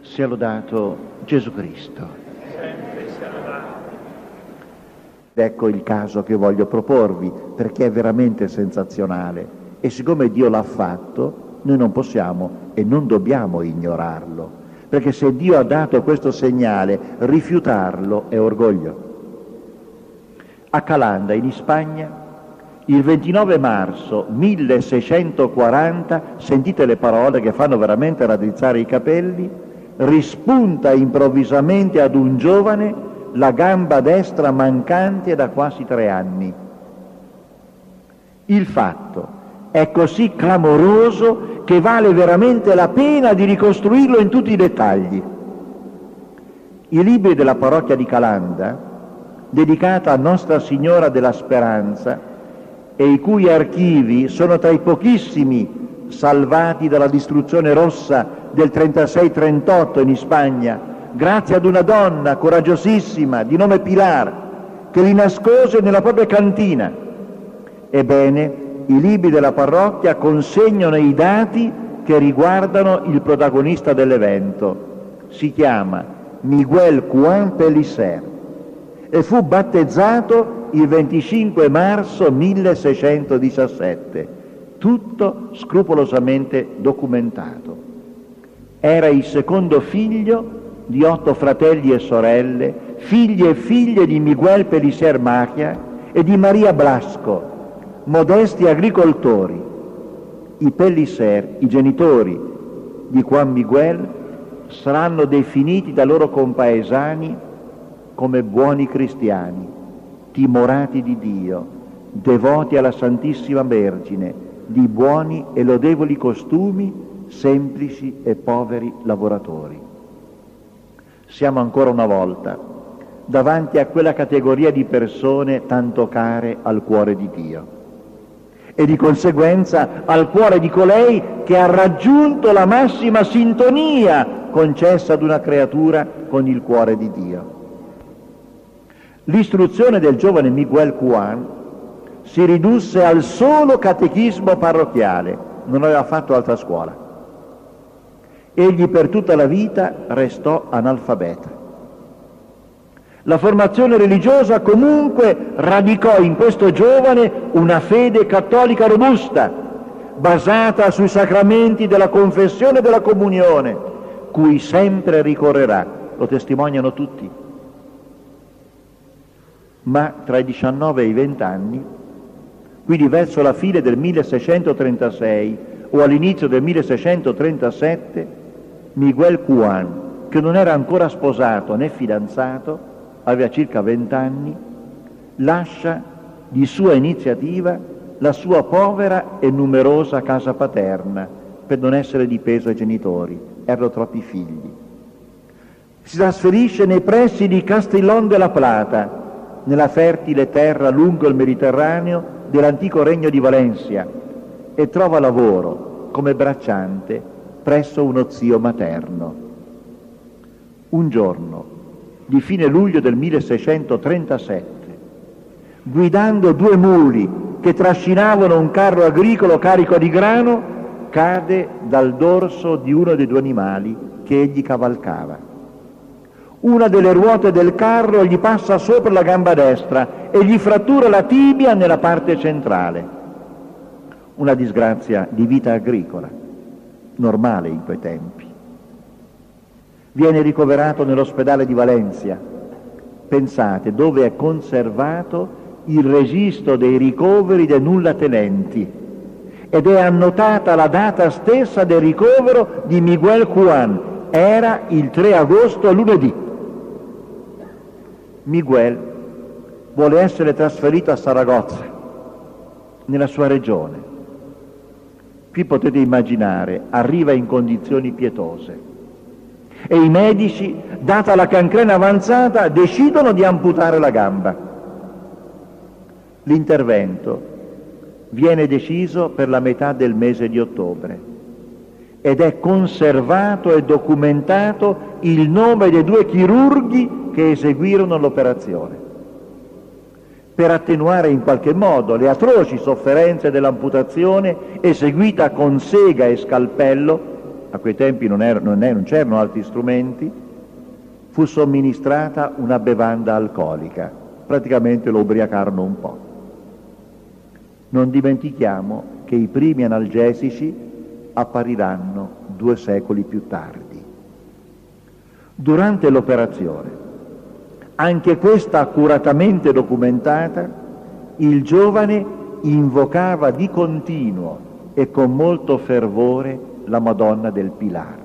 Sia lodato Gesù Cristo. Sempre sia lodato. Ecco il caso che voglio proporvi, perché è veramente sensazionale. E siccome Dio l'ha fatto, noi non possiamo e non dobbiamo ignorarlo. Perché se Dio ha dato questo segnale, rifiutarlo è orgoglio. A Calanda, in Spagna, il 29 marzo 1640, sentite le parole che fanno veramente raddrizzare i capelli, rispunta improvvisamente ad un giovane la gamba destra mancante da quasi 3 anni. Il fatto è così clamoroso che vale veramente la pena di ricostruirlo in tutti i dettagli. I libri della parrocchia di Calanda, dedicata a Nostra Signora della Speranza, e i cui archivi sono tra i pochissimi salvati dalla distruzione rossa del 36-38 in Spagna, grazie ad una donna coraggiosissima di nome Pilar, che li nascose nella propria cantina. Ebbene, i libri della parrocchia consegnano i dati che riguardano il protagonista dell'evento. Si chiama Miguel Juan Pellicer e fu battezzato il 25 marzo 1617, tutto scrupolosamente documentato. Era il secondo figlio di 8 fratelli e sorelle, figli e figlie di Miguel Pellicer Magia e di Maria Blasco, modesti agricoltori. I Pellicer, i genitori di Juan Miguel, saranno definiti dai loro compaesani come buoni cristiani, timorati di Dio, devoti alla Santissima Vergine, di buoni e lodevoli costumi, semplici e poveri lavoratori. Siamo ancora una volta davanti a quella categoria di persone tanto care al cuore di Dio e di conseguenza al cuore di colei che ha raggiunto la massima sintonia concessa ad una creatura con il cuore di Dio. L'istruzione del giovane Miguel Juan si ridusse al solo catechismo parrocchiale, non aveva fatto altra scuola. Egli per tutta la vita restò analfabeta. La formazione religiosa comunque radicò in questo giovane una fede cattolica robusta, basata sui sacramenti della confessione e della comunione, cui sempre ricorrerà, lo testimoniano tutti. Ma tra i 19 e i 20 anni, quindi verso la fine del 1636 o all'inizio del 1637, Miguel Juan, che non era ancora sposato né fidanzato, aveva circa 20 anni, lascia di sua iniziativa la sua povera e numerosa casa paterna per non essere di peso ai genitori, erano troppi figli. Si trasferisce nei pressi di Castellón de la Plata, nella fertile terra lungo il Mediterraneo dell'antico regno di Valencia, e trova lavoro come bracciante presso uno zio materno. Un giorno, di fine luglio del 1637, guidando 2 muli che trascinavano un carro agricolo carico di grano, cade dal dorso di uno dei 2 animali che egli cavalcava. Una delle ruote del carro gli passa sopra la gamba destra e gli frattura la tibia nella parte centrale. Una disgrazia di vita agricola, normale in quei tempi. Viene ricoverato nell'ospedale di Valencia. Pensate, dove è conservato il registro dei ricoveri dei nullatenenti, ed è annotata la data stessa del ricovero di Miguel Juan. Era il 3 agosto, lunedì. Miguel vuole essere trasferito a Saragozza, nella sua regione. Qui potete immaginare, arriva in condizioni pietose e i medici, data la cancrena avanzata, decidono di amputare la gamba. L'intervento viene deciso per la metà del mese di ottobre ed è conservato e documentato il nome dei 2 chirurghi che eseguirono l'operazione. Per attenuare in qualche modo le atroci sofferenze dell'amputazione eseguita con sega e scalpello, a quei tempi non c'erano altri strumenti, fu somministrata una bevanda alcolica, praticamente lo ubriacarono un po'. Non dimentichiamo che i primi analgesici appariranno 2 secoli più tardi. Durante l'operazione, anche questa accuratamente documentata, il giovane invocava di continuo e con molto fervore la Madonna del Pilar.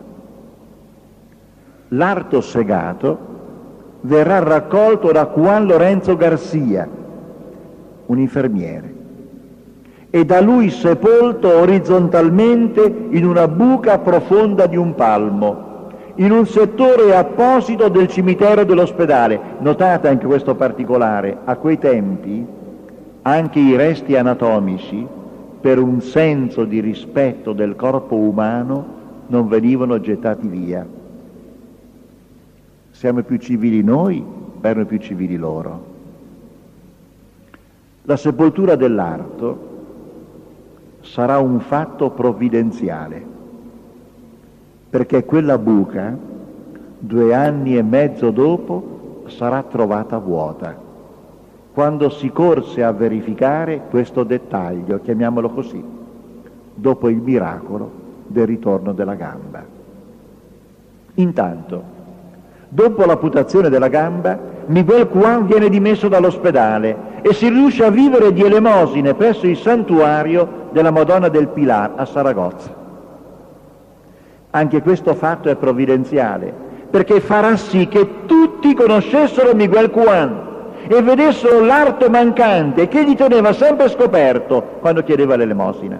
L'arto segato verrà raccolto da Juan Lorenzo Garcia, un infermiere, e da lui sepolto orizzontalmente in una buca profonda di un palmo, in un settore apposito del cimitero dell'ospedale. Notate anche questo particolare: a quei tempi anche i resti anatomici, per un senso di rispetto del corpo umano, non venivano gettati via. Siamo più civili noi, erano più civili loro. La sepoltura dell'arto sarà un fatto provvidenziale, perché quella buca, 2 anni e mezzo dopo, sarà trovata vuota, quando si corse a verificare questo dettaglio, chiamiamolo così, dopo il miracolo del ritorno della gamba. Intanto, dopo l'amputazione della gamba, Miguel Juan viene dimesso dall'ospedale e si riusce a vivere di elemosine presso il santuario della Madonna del Pilar a Saragozza. Anche questo fatto è provvidenziale, perché farà sì che tutti conoscessero Miguel Juan e vedessero l'arto mancante che gli teneva sempre scoperto quando chiedeva l'elemosina.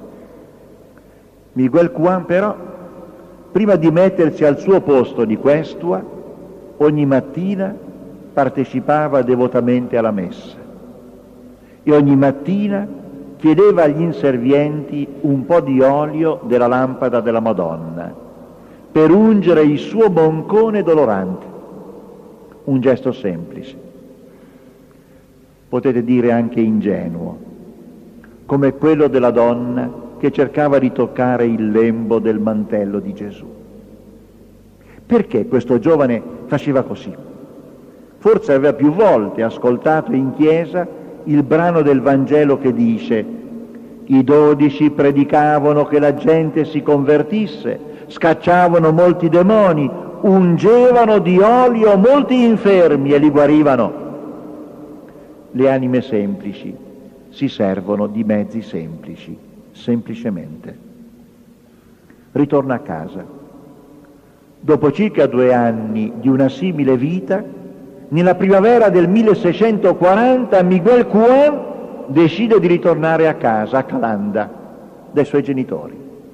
Miguel Juan però, prima di mettersi al suo posto di questua, ogni mattina partecipava devotamente alla messa e ogni mattina chiedeva agli inservienti un po' di olio della lampada della Madonna per ungere il suo boncone dolorante. Un gesto semplice, potete dire anche ingenuo, come quello della donna che cercava di toccare il lembo del mantello di Gesù. Perché questo giovane faceva così? Forse aveva più volte ascoltato in chiesa il brano del Vangelo che dice: i 12 predicavano che la gente si convertisse, scacciavano molti demoni, ungevano di olio molti infermi e li guarivano. Le anime semplici si servono di mezzi semplici, semplicemente. Ritorna a casa. Dopo circa 2 anni di una simile vita, nella primavera del 1640 Miguel Juan decide di ritornare a casa, a Calanda, dai suoi genitori.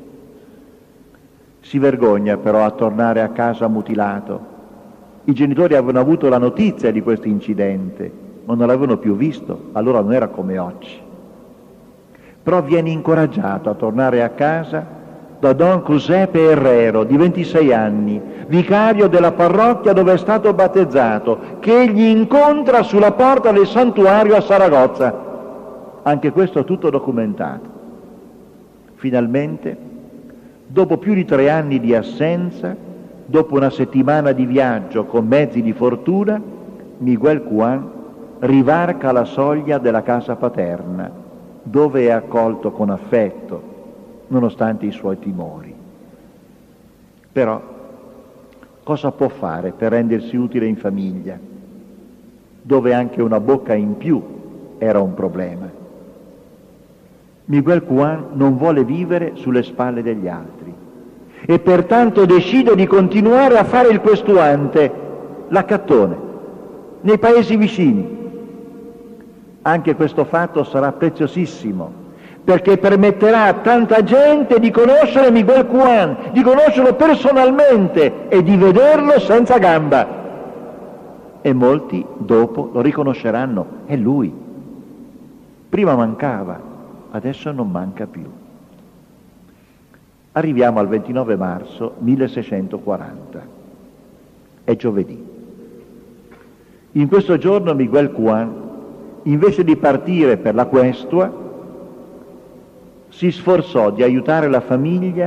Si vergogna però a tornare a casa mutilato. I genitori avevano avuto la notizia di questo incidente, ma non l'avevano più visto, allora non era come oggi. Però viene incoraggiato a tornare a casa da Don Giuseppe Herrero, di 26 anni, vicario della parrocchia dove è stato battezzato, che egli incontra sulla porta del santuario a Saragozza. Anche questo è tutto documentato. Finalmente, dopo più di 3 anni di assenza, dopo una settimana di viaggio con mezzi di fortuna, Miguel Juan rivarca la soglia della casa paterna, dove è accolto con affetto, nonostante i suoi timori. Però, cosa può fare per rendersi utile in famiglia, dove anche una bocca in più era un problema? Miguel Juan non vuole vivere sulle spalle degli altri e pertanto decide di continuare a fare il questuante, l'accattone, nei paesi vicini. Anche questo fatto sarà preziosissimo, perché permetterà a tanta gente di conoscere Miguel Juan, di conoscerlo personalmente e di vederlo senza gamba. E molti dopo lo riconosceranno, è lui. Prima mancava, adesso non manca più. Arriviamo al 29 marzo 1640. È giovedì. In questo giorno Miguel Juan, invece di partire per la questua, si sforzò di aiutare la famiglia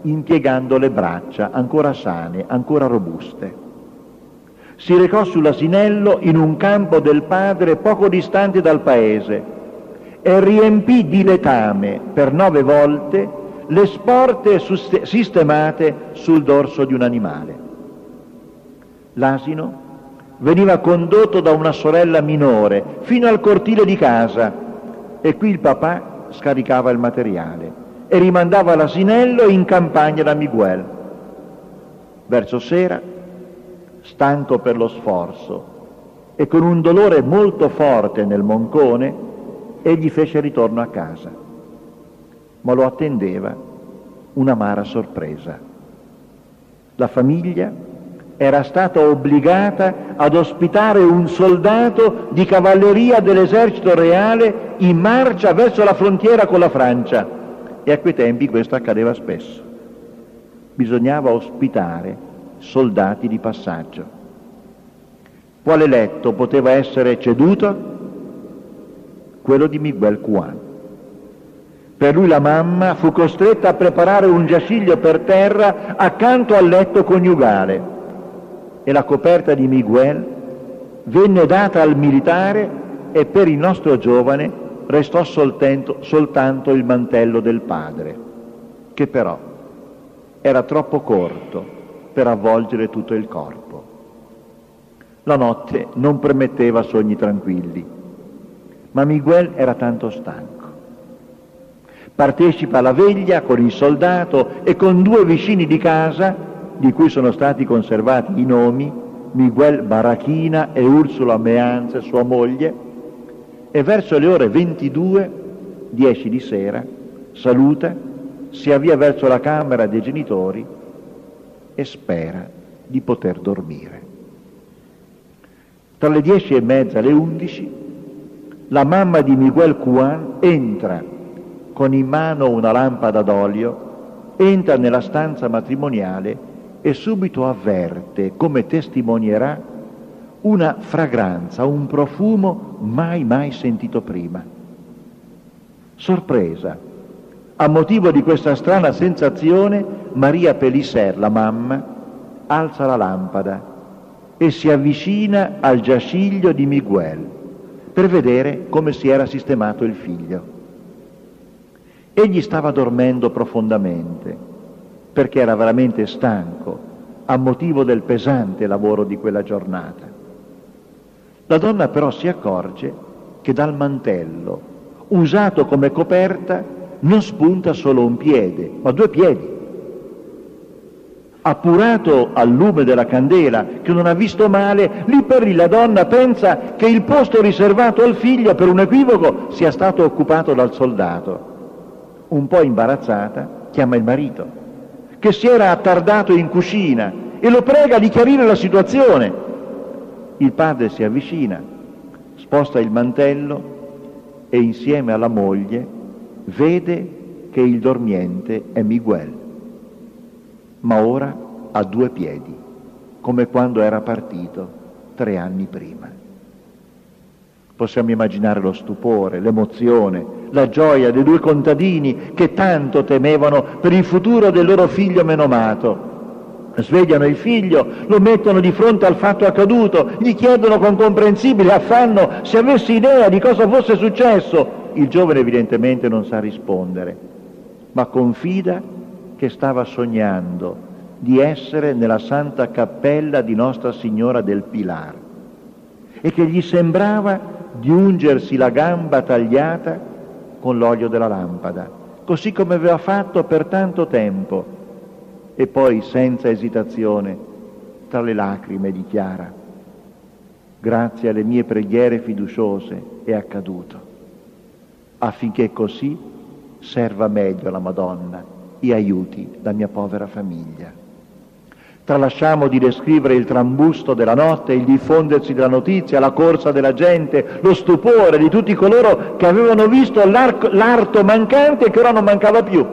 impiegando le braccia ancora sane, ancora robuste. Si recò sull'asinello in un campo del padre poco distante dal paese e riempì di letame per 9 volte le sporte sistemate sul dorso di un animale. L'asino veniva condotto da una sorella minore fino al cortile di casa e qui il papà scaricava il materiale e rimandava l'asinello in campagna da Miguel. Verso sera, stanco per lo sforzo e con un dolore molto forte nel moncone, egli fece ritorno a casa, ma lo attendeva un'amara sorpresa. La famiglia era stata obbligata ad ospitare un soldato di cavalleria dell'esercito reale in marcia verso la frontiera con la Francia, e a quei tempi questo accadeva spesso. Bisognava ospitare soldati di passaggio. Quale letto poteva essere ceduto? Quello di Miguel Cuan. Per lui la mamma fu costretta a preparare un giaciglio per terra accanto al letto coniugale e la coperta di Miguel venne data al militare e per il nostro giovane restò soltanto il mantello del padre, che però era troppo corto per avvolgere tutto il corpo. La notte non permetteva sogni tranquilli, ma Miguel era tanto stanco. Partecipa alla veglia con il soldato e con 2 vicini di casa, di cui sono stati conservati i nomi, Miguel Barachina e Ursula Meanze, sua moglie, e verso le ore 22, 10 di sera, saluta, si avvia verso la camera dei genitori e spera di poter dormire. Tra le 10:30 e le 11, la mamma di Miguel Cuan entra con in mano una lampada d'olio, entra nella stanza matrimoniale e subito avverte, come testimonierà, una fragranza, un profumo mai sentito prima. Sorpresa, a motivo di questa strana sensazione, Maria Pellicer, la mamma, alza la lampada e si avvicina al giaciglio di Miguel per vedere come si era sistemato il figlio. Egli stava dormendo profondamente perché era veramente stanco a motivo del pesante lavoro di quella giornata. La donna però si accorge che dal mantello, usato come coperta, non spunta solo un piede, ma 2 piedi. Appurato al lume della candela, che non ha visto male, lì per lì la donna pensa che il posto riservato al figlio per un equivoco sia stato occupato dal soldato. Un po' imbarazzata, chiama il marito, che si era attardato in cucina, e lo prega di chiarire la situazione. Il padre si avvicina, sposta il mantello e insieme alla moglie vede che il dormiente è Miguel, ma ora ha 2 piedi, come quando era partito 3 anni prima. Possiamo immaginare lo stupore, l'emozione, la gioia dei 2 contadini che tanto temevano per il futuro del loro figlio menomato. Svegliano il figlio, lo mettono di fronte al fatto accaduto, gli chiedono con comprensibile affanno se avesse idea di cosa fosse successo. Il giovane evidentemente non sa rispondere, ma confida che stava sognando di essere nella Santa Cappella di Nostra Signora del Pilar e che gli sembrava di ungersi la gamba tagliata con l'olio della lampada, così come aveva fatto per tanto tempo, e poi senza esitazione, tra le lacrime, dichiara: grazie alle mie preghiere fiduciose è accaduto, affinché così serva meglio la Madonna e aiuti la mia povera famiglia. Tralasciamo di descrivere il trambusto della notte, il diffondersi della notizia, la corsa della gente, lo stupore di tutti coloro che avevano visto l'arto mancante e che ora non mancava più.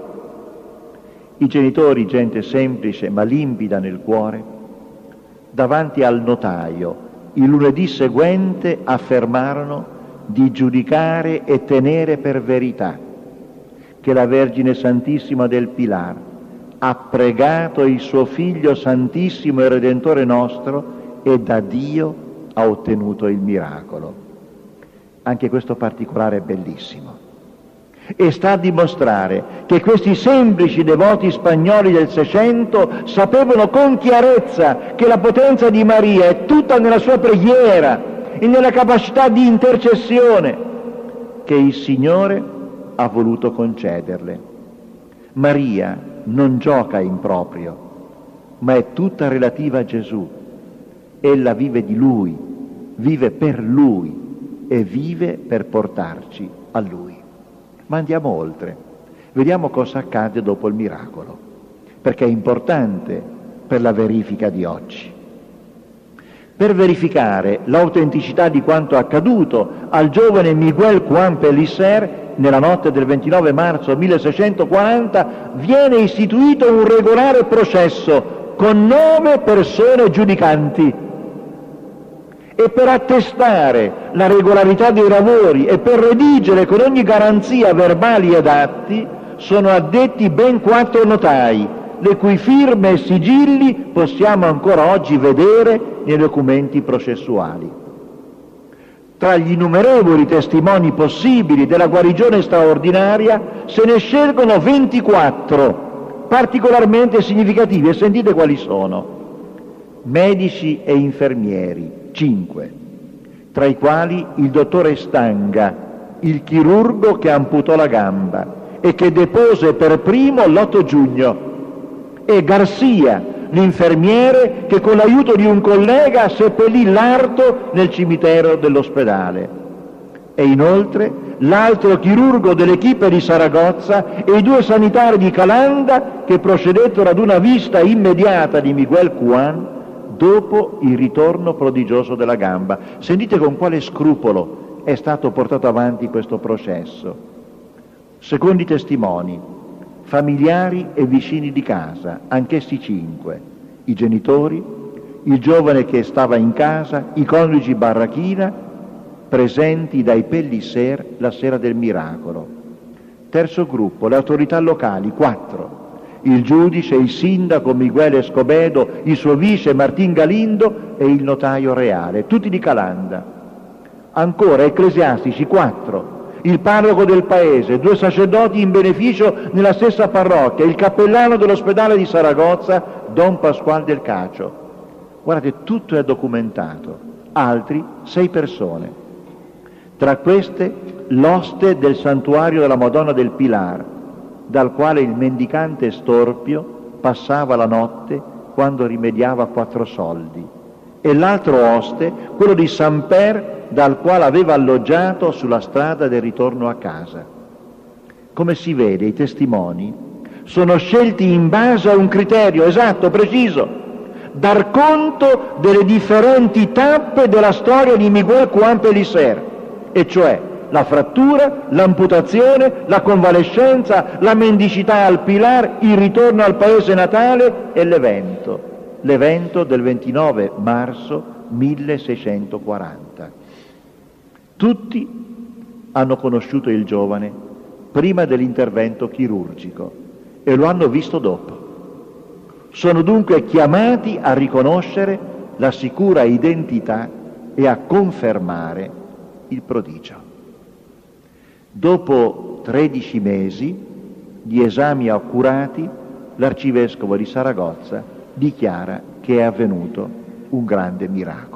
I genitori, gente semplice ma limpida nel cuore, davanti al notaio il lunedì seguente affermarono di giudicare e tenere per verità che la Vergine Santissima del Pilar, ha pregato il suo Figlio Santissimo e Redentore nostro e da Dio ha ottenuto il miracolo. Anche questo particolare è bellissimo e sta a dimostrare che questi semplici devoti spagnoli del Seicento sapevano con chiarezza che la potenza di Maria è tutta nella sua preghiera e nella capacità di intercessione che il Signore ha voluto concederle. Maria non gioca in proprio, ma è tutta relativa a Gesù. Ella vive di Lui, vive per Lui e vive per portarci a Lui. Ma andiamo oltre, vediamo cosa accade dopo il miracolo, perché è importante per la verifica di oggi. Per verificare l'autenticità di quanto accaduto al giovane Miguel Juan Pellicer, nella notte del 29 marzo 1640 viene istituito un regolare processo con 9 persone giudicanti. E per attestare la regolarità dei lavori e per redigere con ogni garanzia verbali ed atti sono addetti ben 4 notai, le cui firme e sigilli possiamo ancora oggi vedere nei documenti processuali. Tra gli innumerevoli testimoni possibili della guarigione straordinaria se ne scelgono 24 particolarmente significativi, e sentite quali sono: medici e infermieri, 5, tra i quali il dottore Stanga, il chirurgo che amputò la gamba e che depose per primo l'8 giugno, e Garcia, l'infermiere che con l'aiuto di un collega seppellì l'arto nel cimitero dell'ospedale, e inoltre l'altro chirurgo dell'equipe di Saragozza e i 2 sanitari di Calanda che procedettero ad una vista immediata di Miguel Juan dopo il ritorno prodigioso della gamba. Sentite con quale scrupolo è stato portato avanti questo processo. Secondo i testimoni, familiari e vicini di casa, anch'essi 5, i genitori, il giovane che stava in casa, i coniugi Barrachina, presenti dai Pellicer la sera del miracolo. Terzo gruppo, le autorità locali, 4, il giudice, il sindaco Miguel Escobedo, il suo vice Martin Galindo e il notaio reale, tutti di Calanda. Ancora ecclesiastici, 4, il parroco del paese, 2 sacerdoti in beneficio nella stessa parrocchia, il cappellano dell'ospedale di Saragozza, Don Pasquale del Cacio. Guardate, tutto è documentato. Altri 6 persone. Tra queste l'oste del santuario della Madonna del Pilar, dal quale il mendicante Storpio passava la notte quando rimediava 4 soldi, e l'altro oste, quello di Samper, dal quale aveva alloggiato sulla strada del ritorno a casa. Come si vede, i testimoni sono scelti in base a un criterio esatto, preciso: dar conto delle differenti tappe della storia di Miguel Juan Pellicer, e cioè la frattura, l'amputazione, la convalescenza, la mendicità al Pilar, il ritorno al paese natale e l'evento del 29 marzo 1640. Tutti hanno conosciuto il giovane prima dell'intervento chirurgico e lo hanno visto dopo. Sono dunque chiamati a riconoscere la sicura identità e a confermare il prodigio. Dopo 13 mesi di esami accurati, l'arcivescovo di Saragozza dichiara che è avvenuto un grande miracolo.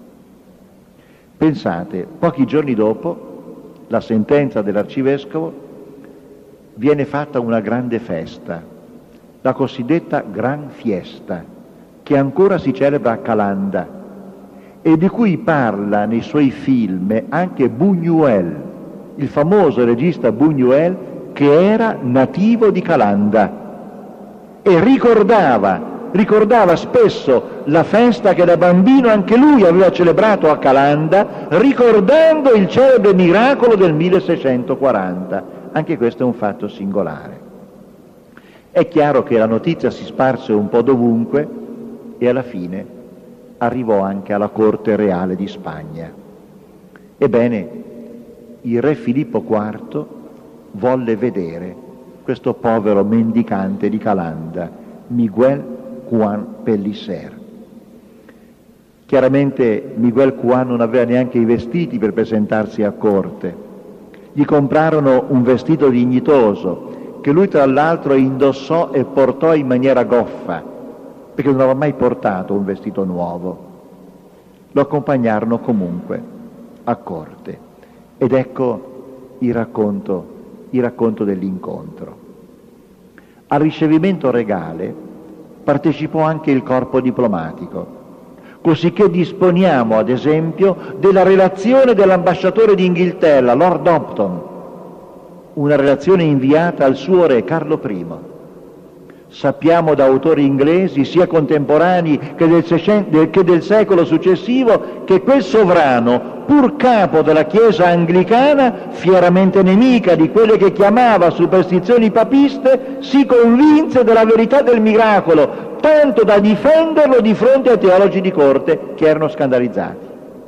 Pensate, pochi giorni dopo la sentenza dell'arcivescovo viene fatta una grande festa, la cosiddetta Gran Fiesta, che ancora si celebra a Calanda e di cui parla nei suoi film anche Buñuel, il famoso regista Buñuel, che era nativo di Calanda e ricordava spesso la festa che da bambino anche lui aveva celebrato a Calanda, ricordando il celebre miracolo del 1640. Anche questo è un fatto singolare. È chiaro che la notizia si sparse un po' dovunque e alla fine arrivò anche alla corte reale di Spagna. Ebbene, il re Filippo IV volle vedere questo povero mendicante di Calanda, Miguel Juan Pellicer. Chiaramente Miguel Juan non aveva neanche i vestiti per presentarsi a corte. Gli comprarono un vestito dignitoso che lui tra l'altro indossò e portò in maniera goffa, perché non aveva mai portato un vestito nuovo. Lo accompagnarono comunque a corte. Ed ecco il racconto dell'incontro. Al ricevimento regale partecipò anche il corpo diplomatico, cosicché disponiamo, ad esempio, della relazione dell'ambasciatore d'Inghilterra, Lord Upton, una relazione inviata al suo re Carlo I. Sappiamo da autori inglesi, sia contemporanei che del secolo successivo, che quel sovrano, pur capo della Chiesa anglicana, fieramente nemica di quelle che chiamava superstizioni papiste, si convinse della verità del miracolo, tanto da difenderlo di fronte ai teologi di corte che erano scandalizzati.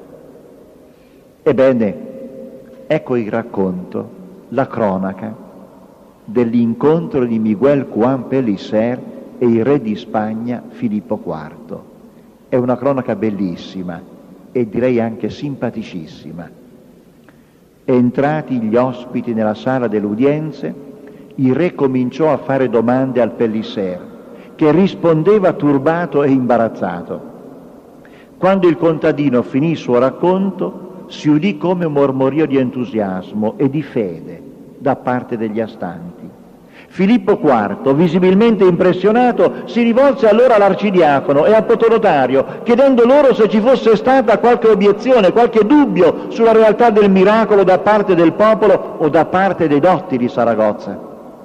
Ebbene, ecco il racconto, la cronaca dell'incontro di Miguel Juan Pellicer e il re di Spagna Filippo IV. È una cronaca bellissima e direi anche simpaticissima. Entrati gli ospiti nella sala delle udienze, il re cominciò a fare domande al Pellicer, che rispondeva turbato e imbarazzato. Quando il contadino finì il suo racconto, si udì come un mormorio di entusiasmo e di fede da parte degli astanti. Filippo IV, visibilmente impressionato, si rivolse allora all'arcidiacono e al protonotario, chiedendo loro se ci fosse stata qualche obiezione, qualche dubbio sulla realtà del miracolo da parte del popolo o da parte dei dotti di Saragozza.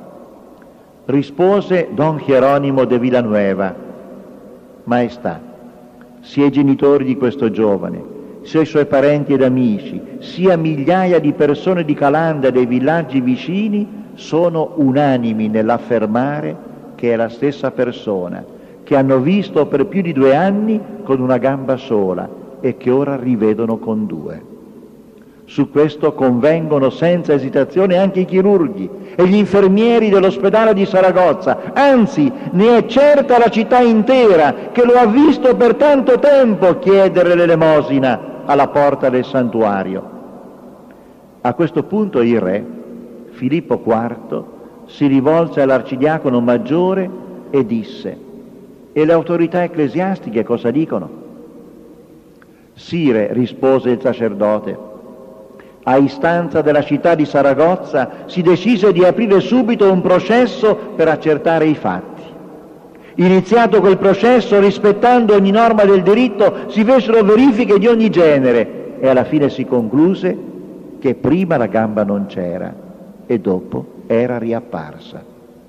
Rispose Don Jeronimo de Villanueva: Maestà, sia i genitori di questo giovane, sia i suoi parenti ed amici, sia migliaia di persone di Calanda e dei villaggi vicini sono unanimi nell'affermare che è la stessa persona, che hanno visto per più di 2 anni con una gamba sola e che ora rivedono con 2. Su questo convengono senza esitazione anche i chirurghi e gli infermieri dell'ospedale di Saragozza, anzi ne è certa la città intera che lo ha visto per tanto tempo chiedere l'elemosina alla porta del santuario. A questo punto il re, Filippo IV, si rivolse all'arcidiacono maggiore e disse: e le autorità ecclesiastiche cosa dicono? Sire, rispose il sacerdote, a istanza della città di Saragozza si decise di aprire subito un processo per accertare i fatti. Iniziato quel processo, rispettando ogni norma del diritto, si fecero verifiche di ogni genere e alla fine si concluse che prima la gamba non c'era e dopo era riapparsa.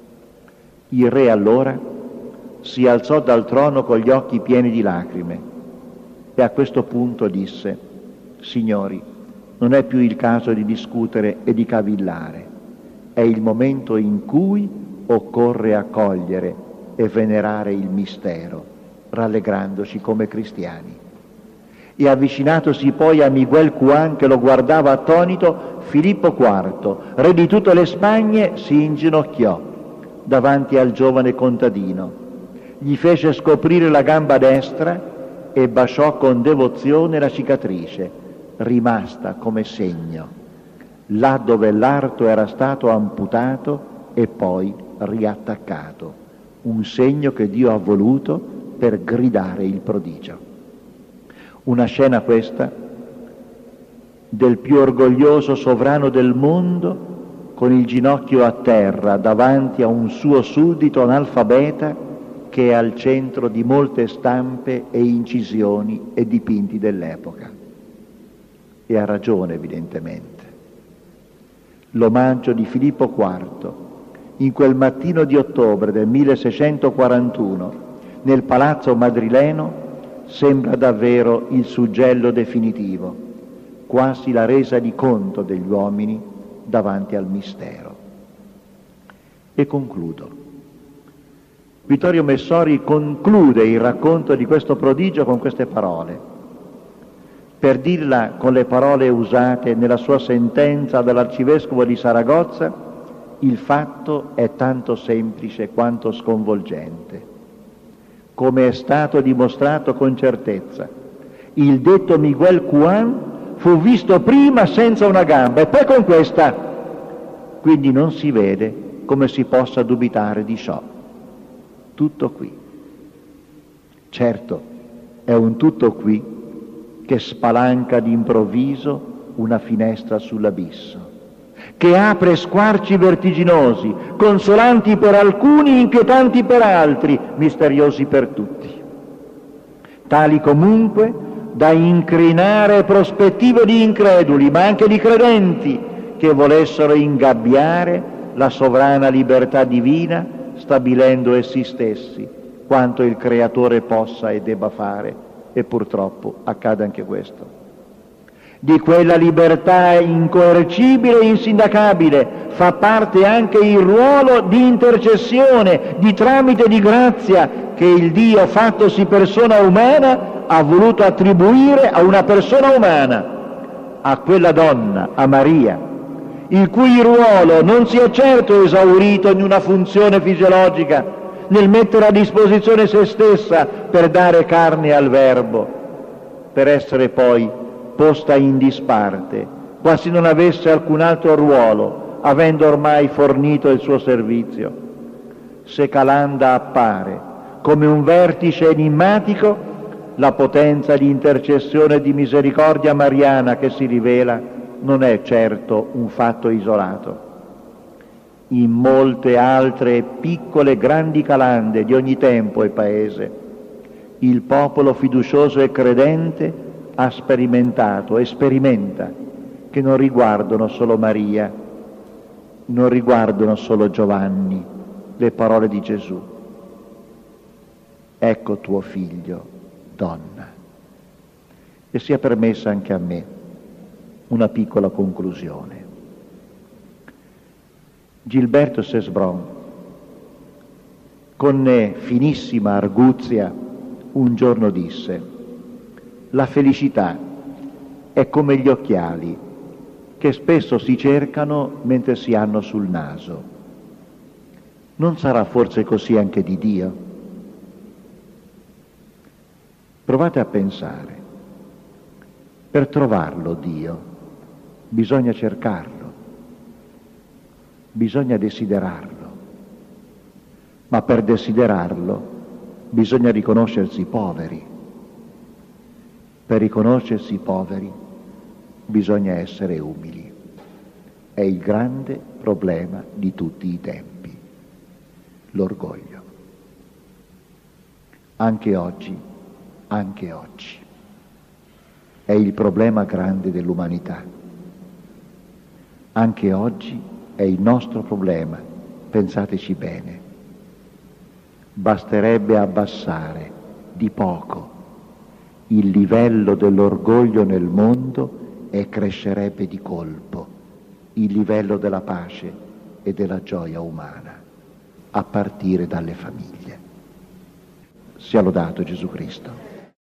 Il re allora si alzò dal trono con gli occhi pieni di lacrime e a questo punto disse: Signori, non è più il caso di discutere e di cavillare, è il momento in cui occorre accogliere e venerare il mistero, rallegrandoci come cristiani. E avvicinatosi poi a Miguel Juan, che lo guardava attonito, Filippo IV, re di tutte le Spagne, si inginocchiò davanti al giovane contadino, gli fece scoprire la gamba destra e baciò con devozione la cicatrice, rimasta come segno, là dove l'arto era stato amputato e poi riattaccato, un segno che Dio ha voluto per gridare il prodigio. Una scena questa del più orgoglioso sovrano del mondo con il ginocchio a terra davanti a un suo suddito analfabeta che è al centro di molte stampe e incisioni e dipinti dell'epoca. E ha ragione, evidentemente. L'omaggio di Filippo IV in quel mattino di ottobre del 1641 nel palazzo madrileno sembra davvero il suggello definitivo, quasi la resa di conto degli uomini davanti al mistero. E concludo. Vittorio Messori conclude il racconto di questo prodigio con queste parole. Per dirla con le parole usate nella sua sentenza dall'arcivescovo di Saragozza, il fatto è tanto semplice quanto sconvolgente. Come è stato dimostrato con certezza, il detto Miguel Cuan fu visto prima senza una gamba e poi con questa. Quindi non si vede come si possa dubitare di ciò. Tutto qui. Certo, è un tutto qui che spalanca d'improvviso una finestra sull'abisso, che apre squarci vertiginosi, consolanti per alcuni, inquietanti per altri, misteriosi per tutti. Tali comunque da incrinare prospettive di increduli, ma anche di credenti, che volessero ingabbiare la sovrana libertà divina, stabilendo essi stessi quanto il Creatore possa e debba fare, e purtroppo accade anche questo. Di quella libertà incoercibile e insindacabile fa parte anche il ruolo di intercessione, di tramite di grazia che il Dio fattosi persona umana ha voluto attribuire a una persona umana, a quella donna, a Maria, il cui ruolo non si è certo esaurito in una funzione fisiologica, nel mettere a disposizione se stessa per dare carne al Verbo, per essere poi posta in disparte, quasi non avesse alcun altro ruolo, avendo ormai fornito il suo servizio. Se Calanda appare come un vertice enigmatico, la potenza di intercessione e di misericordia mariana che si rivela non è certo un fatto isolato. In molte altre piccole grandi calande di ogni tempo e paese, il popolo fiducioso e credente ha sperimentato e sperimenta che non riguardano solo Maria, non riguardano solo Giovanni, le parole di Gesù. Ecco tuo figlio, donna. E sia permessa anche a me una piccola conclusione. Gilberto Cesbron, con finissima arguzia, un giorno disse: la felicità è come gli occhiali che spesso si cercano mentre si hanno sul naso. Non sarà forse così anche di Dio? Provate a pensare. Per trovarlo Dio bisogna cercarlo, bisogna desiderarlo, ma per desiderarlo bisogna riconoscersi poveri. Per riconoscersi poveri bisogna essere umili. È il grande problema di tutti i tempi, l'orgoglio. Anche oggi, è il problema grande dell'umanità. Anche oggi è il nostro problema, pensateci bene. Basterebbe abbassare di poco il livello dell'orgoglio nel mondo e crescerebbe di colpo il livello della pace e della gioia umana, a partire dalle famiglie. Sia lodato Gesù Cristo.